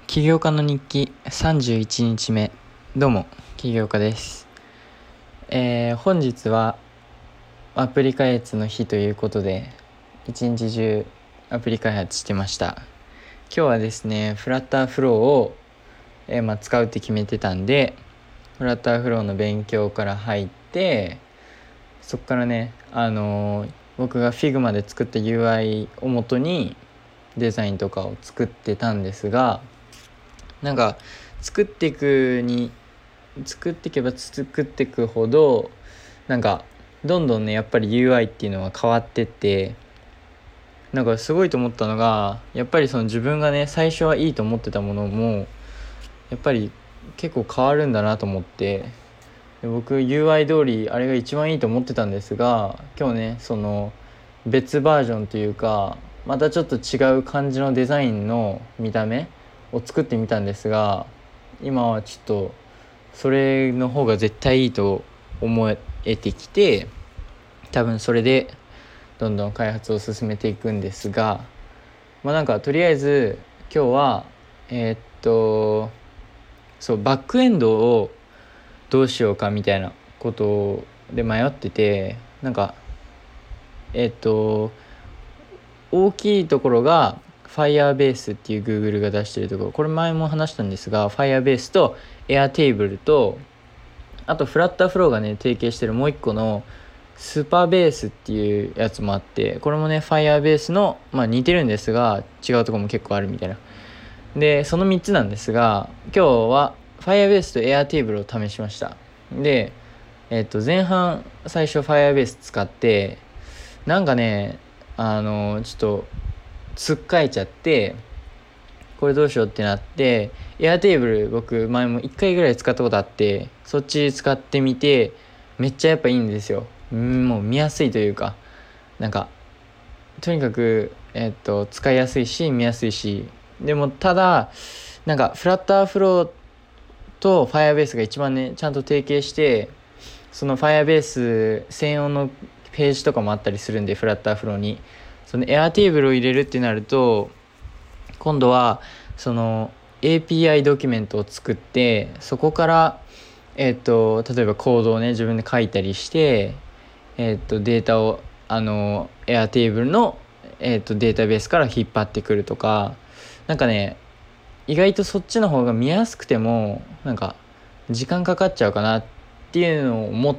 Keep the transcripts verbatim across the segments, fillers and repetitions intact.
起業家の日記さんじゅういちにちめ。どうも起業家です。えー、本日はアプリ開発の日ということで一日中アプリ開発してました。今日はですねフラッターフローを、えーまあ、使うって決めてたんで、フラッターフローの勉強から入って、そこからねあのー、僕が Figma で作った ユーアイ を元にデザインとかを作ってたんですが、なんか作っていくに作っていけば作っていくほどなんかどんどんねやっぱり ユーアイ っていうのは変わってって、なんかすごいと思ったのが、やっぱりその自分がね最初はいいと思ってたものもやっぱり結構変わるんだなと思って、で僕 ユーアイ 通りあれが一番いいと思ってたんですが、今日ねその別バージョンというかまたちょっと違う感じのデザインの見た目を作ってみたんですが、今はちょっとそれの方が絶対いいと思えてきて、多分それでどんどん開発を進めていくんですが、まあなんかとりあえず今日はえー、っとそうバックエンドをどうしようかみたいなことで迷ってて、なんかえー、っと大きいところが Firebase っていう Google が出してるところ、これ前も話したんですが Firebase と Airtable と、あとフラッターフローがね提携してるもう一個のスーパーベースっていうやつもあって、これもね Firebase の、まあ、似てるんですが違うところも結構あるみたいな。でそのみっつなんですが、今日は Firebase と Airtable を試しました。でえっと前半最初 Firebase 使って、なんかねあのちょっとつっかえちゃって、これどうしようってなって、エアテーブル僕前もいっかいぐらい使ったことあって、そっち使ってみてめっちゃやっぱいいんですよ。うんもう見やすいというか、なんかとにかくえっと使いやすいし見やすいし、でもただなんかフラッターフローと Firebase が一番ねちゃんと提携して、その Firebase 専用のページとかもあったりするんで、フラッターフローにそのエアテーブルを入れるってなると、今度はその エーピーアイ ドキュメントを作って、そこからえっと例えばコードをね自分で書いたりして、えっとデータをあの Airtable のえっとデータベースから引っ張ってくるとか、なんかね意外とそっちの方が見やすくてもなんか時間かかっちゃうかなっていうのを思って、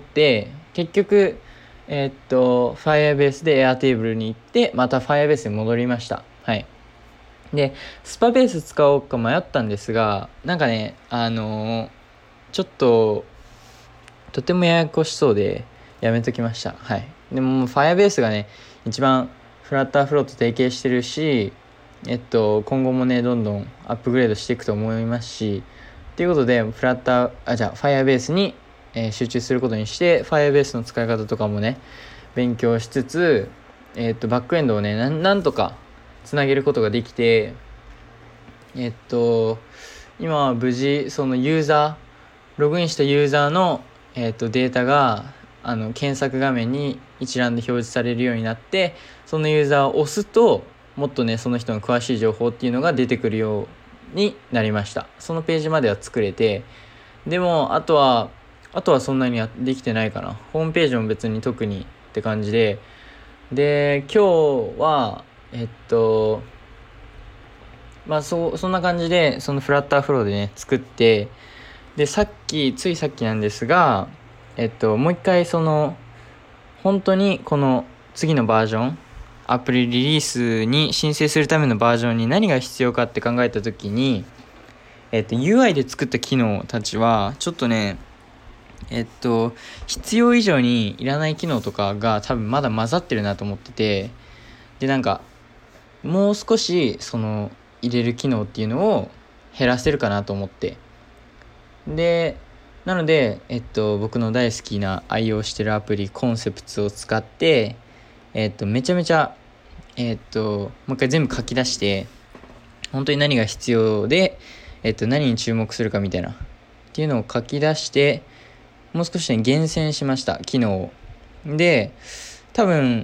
結局えっと Firebase で Airtable に行ってまた Firebase に戻りました。はい。でスパベース使おうか迷ったんですが、なんかねあのー、ちょっととてもややこしそうでやめときました。はい。でも Firebase がね一番フラッターフローと提携してるし、えっと今後もねどんどんアップグレードしていくと思いますし、ということでフラッターあじゃあ Firebase に、えー、集中することにして、 Firebase の使い方とかもね勉強しつつ、えっとバックエンドをねななんとかつなげることができて、えっと今は無事そのユーザーログインしたユーザーの、えっとデータがあの検索画面に一覧で表示されるようになって、そのユーザーを押すともっとねその人の詳しい情報っていうのが出てくるようになりました。そのページまでは作れて、でもあとはあとはそんなにできてないかな。ホームページも別に特にって感じで、で今日はえっとまあそうそんな感じでそのフラッターフローでね作って、でさっきついさっきなんですが、えっともう一回その本当にこの次のバージョンアプリリリースに申請するためのバージョンに何が必要かって考えた時に、えっと ユーアイ で作った機能たちはちょっとねえっと必要以上にいらない機能とかが多分まだ混ざってるなと思ってて、でなんかもう少しその入れる機能っていうのを減らせるかなと思って、でなのでえっと僕の大好きな愛用してるアプリコンセプツを使ってえっとめちゃめちゃえっともう一回全部書き出して、本当に何が必要でえっと何に注目するかみたいなっていうのを書き出して、もう少しね厳選しました機能を。で多分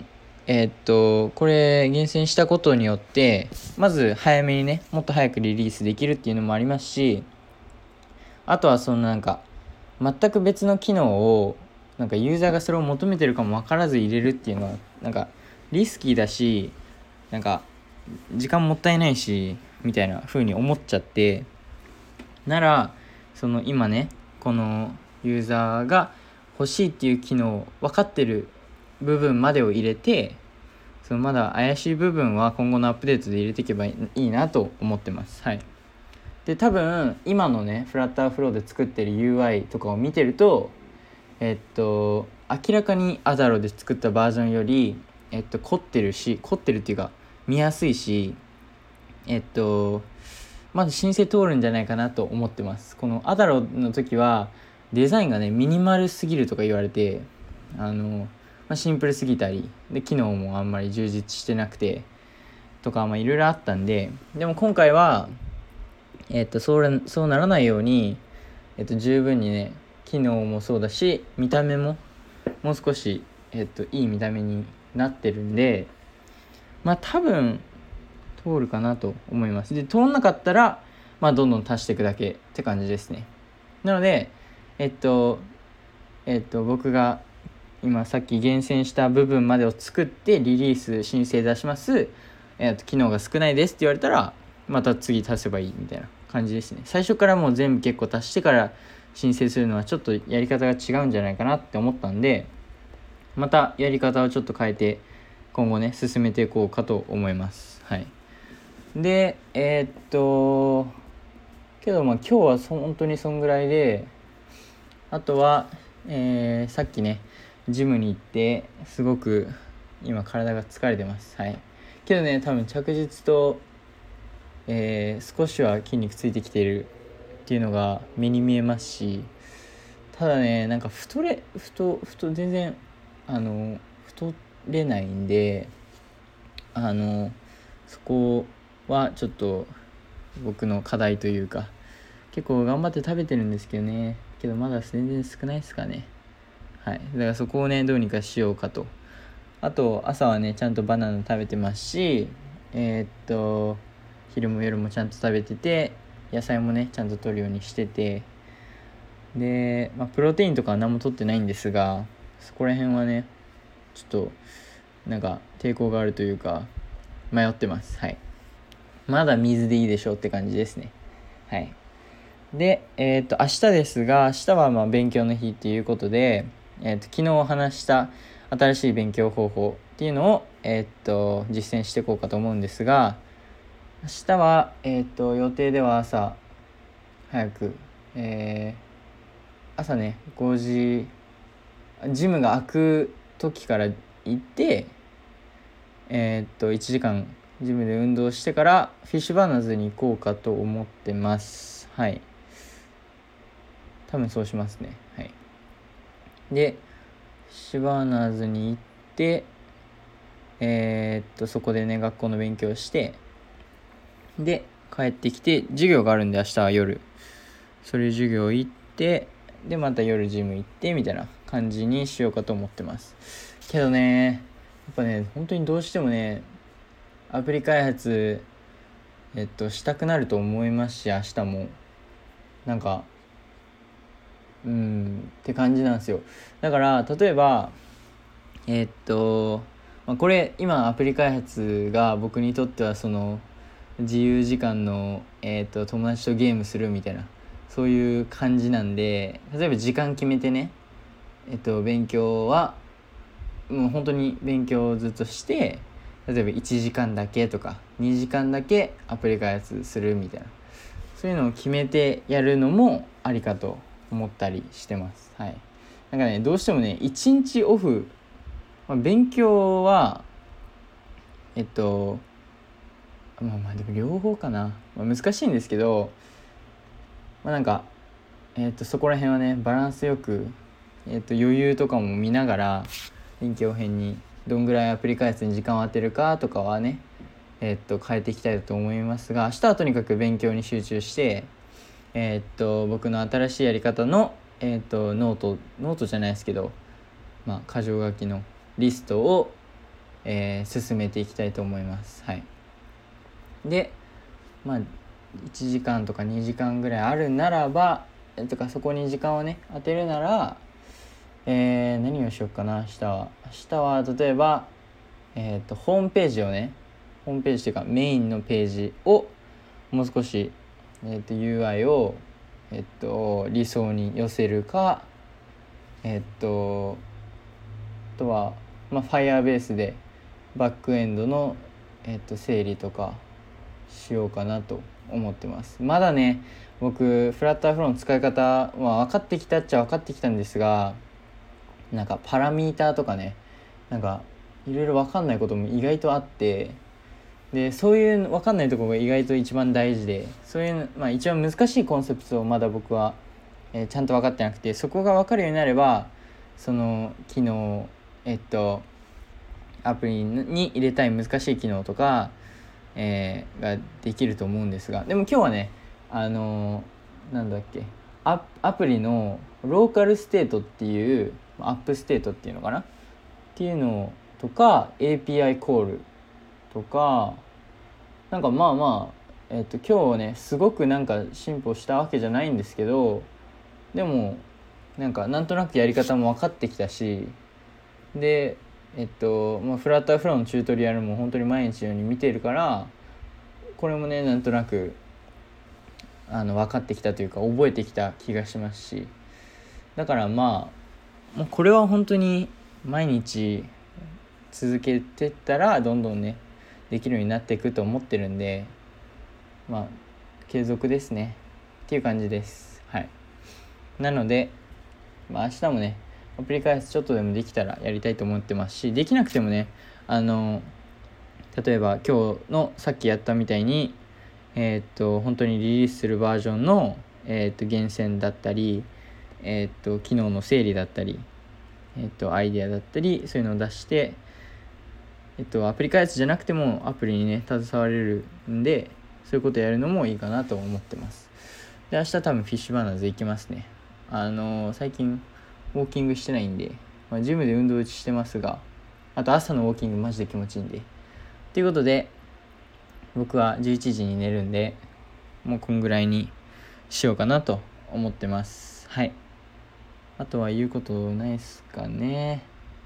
えーっとこれ厳選したことによってまず早めにねもっと早くリリースできるっていうのもありますし、あとはそのなんか全く別の機能をなんかユーザーがそれを求めてるかも分からず入れるっていうのはなんかリスキーだし、なんか時間もったいないしみたいな風に思っちゃって、ならその今ねこのユーザーが欲しいっていう機能分かってる部分までを入れて、そのまだ怪しい部分は今後のアップデートで入れていけばいいなと思ってます。はい。で多分今のねフラッターフローで作ってる ユーアイ とかを見てると、えっと明らかにアダロで作ったバージョンよりえっと凝ってるし凝ってるっていうか見やすいし、えっとまず申請通るんじゃないかなと思ってます。このアダロの時はデザインがねミニマルすぎるとか言われて、あの、まあ、シンプルすぎたりで機能もあんまり充実してなくてとかいろいろあったんで、でも今回はえっとそれそうならないように、えっと十分にね機能もそうだし見た目ももう少しえっといい見た目になってるんで、まあ多分通るかなと思います。で通んなかったらまあどんどん足していくだけって感じですね。なのでえっとえっと僕が今さっき厳選した部分までを作ってリリース申請出します、えっと機能が少ないですって言われたらまた次足せばいいみたいな感じですね。最初からもう全部結構足してから申請するのはちょっとやり方が違うんじゃないかなって思ったんで、またやり方をちょっと変えて今後ね進めていこうかと思います。はい。でえー、っとけどまあ今日はそ本当にそんぐらいで、あとは、えー、さっきねジムに行ってすごく今体が疲れてます。はい。けどね多分着実と、えー、少しは筋肉ついてきているっていうのが目に見えますし、ただねなんか太れ太太全然あの太れないんで、あのそこはちょっと僕の課題というか、結構頑張って食べてるんですけどね、けどまだ全然少ないですかね。はい。だからそこをねどうにかしようかと。あと朝はねちゃんとバナナ食べてますし、えー、っと昼も夜もちゃんと食べてて、野菜もねちゃんと摂るようにしてて、で、まあ、プロテインとかは何も摂ってないんですが、そこら辺はねちょっとなんか抵抗があるというか迷ってます。はい。まだ水でいいでしょうって感じですね。はい。で、えー、っと明日ですが、明日はまあ勉強の日っていうことで、えー、っと昨日話した新しい勉強方法っていうのを、えー、っと実践していこうかと思うんですが、明日は、えー、っと予定では朝早く、えー、朝ねごじジムが開く時から行って、えー、っといちじかんジムで運動してからフィッシュバーナーズに行こうかと思ってます。はい。多分そうしますね。はい。でフィッシュバーナーズに行って、えー、っとそこでね学校の勉強して、で帰ってきて授業があるんで明日は夜それ授業行って、でまた夜ジム行ってみたいな感じにしようかと思ってます。けどねやっぱね本当にどうしてもねアプリ開発えっとしたくなると思いますし、明日もなんかうんって感じなんですよ。だから例えばえっと、まあ、これ今アプリ開発が僕にとってはその自由時間の、えっと友達とゲームするみたいなそういう感じなんで、例えば時間決めてねえっと勉強はもう本当に勉強をずっとして、例えばいちじかんだけとかにじかんだけアプリ開発するみたいな、そういうのを決めてやるのもありかと思ったりしてます。はい。なんかねどうしてもねいちにちオフ、まあ、勉強はえっとまあまあでも両方かな、まあ、難しいんですけど、まあなんかえっとそこら辺はねバランスよく、えっと余裕とかも見ながら臨機応変にどんぐらいアプリ開発に時間を当てるかとかはねえっと変えていきたいと思いますが、明日はとにかく勉強に集中して、えっと僕の新しいやり方のえっとノートノートじゃないですけど、まあ箇条書きのリストをえー、進めていきたいと思います。はい。でまあいちじかんとかにじかんぐらいあるならばとかそこに時間をね当てるなら、えー、何をしようかな。明日は明日は例えば、えー、とホームページをねホームページというかメインのページをもう少し、えー、と ユーアイ を、えー、と理想に寄せるか、えっ、とあとは、まあ、Firebase でバックエンドの、えー、と整理とかしようかなと思ってます。まだね僕フラッターフローの使い方は分かってきたっちゃ分かってきたんですが、なんかパラミーターとかねなんかいろいろ分かんないことも意外とあって、でそういう分かんないところが意外と一番大事で、そういう、まあ、一番難しいコンセプトをまだ僕は、えー、ちゃんと分かってなくて、そこが分かるようになればその機能えっとアプリに入れたい難しい機能とか、えー、ができると思うんですが、でも今日はねあのー、なんだっけ ア, アプリのローカルステートっていうアップステートっていうのかなっていうのとか エーピーアイ コールとかなんかまあまあ、えー、と今日ねすごくなんか進歩したわけじゃないんですけど、でもなんかなんとなくやり方も分かってきたし、でえっとまあ、フラッターフローのチュートリアルも本当に毎日のように見ているから、これもねなんとなくあの分かってきたというか覚えてきた気がしますし、だからまあもうこれは本当に毎日続けてったらどんどんねできるようになっていくと思ってるんで、まあ継続ですねっていう感じです。はい。なので、まあ、明日もねアプリ開発ちょっとでもできたらやりたいと思ってますし、できなくてもねあの例えば今日のさっきやったみたいにえー、っと本当にリリースするバージョンの、えー、っと厳選だったり、えー、っと機能の整理だったり、えー、っとアイデアだったりそういうのを出して、えー、っとアプリ開発じゃなくてもアプリにね携われるんで、そういうことやるのもいいかなと思ってます。で明日多分フィッシュバーナーズ行きますね。あのー、最近ウォーキングしてないんで、まあ、ジムで運動打ちしてますが、あと朝のウォーキングマジで気持ちいいんで、ということで僕はじゅういちじに寝るんで、もうこんぐらいにしようかなと思ってます。はい。あとは言うことないですかね。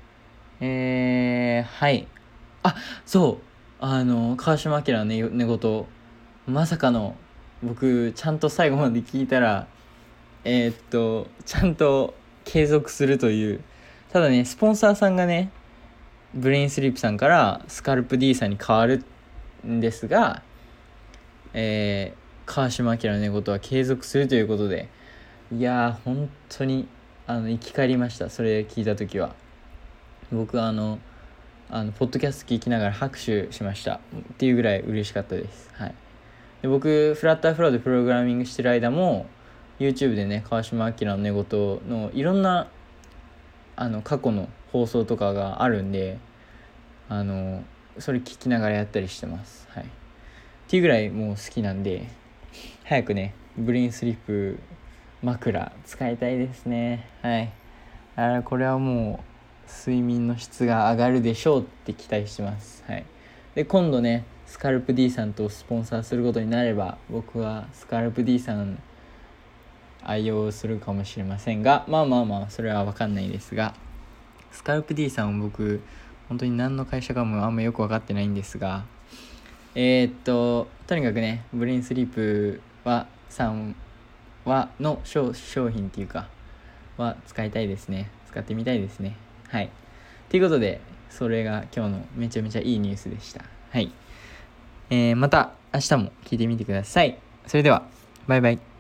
えー、はい。あ、そうあの川島明の寝言、まさかの僕ちゃんと最後まで聞いたらえー、っとちゃんと継続するという、ただねスポンサーさんがねブレインスリープさんからスカルプ D さんに変わるんですが、えー、川島明の寝言は継続するということで、いやー本当にあの生き返りました。それ聞いた時は僕はあのあのポッドキャスト聞きながら拍手しましたっていうぐらい嬉しかったです。はい。で僕フラッターフローでプログラミングしてる間も YouTube でね川島明の寝言のいろんなあの過去の放送とかがあるんで、あのそれ聞きながらやったりしてます。はい。っていうぐらいもう好きなんで、早くねブレインスリープ枕使いたいですね。はい。あこれはもう睡眠の質が上がるでしょうって期待してます。はい。で今度ねスカルプ D さんとスポンサーすることになれば、僕はスカルプ D さん愛用するかもしれませんが、まあまあまあそれは分かんないですが、スカルプ D さんを僕本当に何の会社かもあんまよく分かってないんですが、えー、っととにかくねブレインスリープはさんはの 商, 商品っていうかは使いたいですね。使ってみたいですね。はい。ということでそれが今日のめちゃめちゃいいニュースでした。はい。えー、また明日も聞いてみてください。それではバイバイ。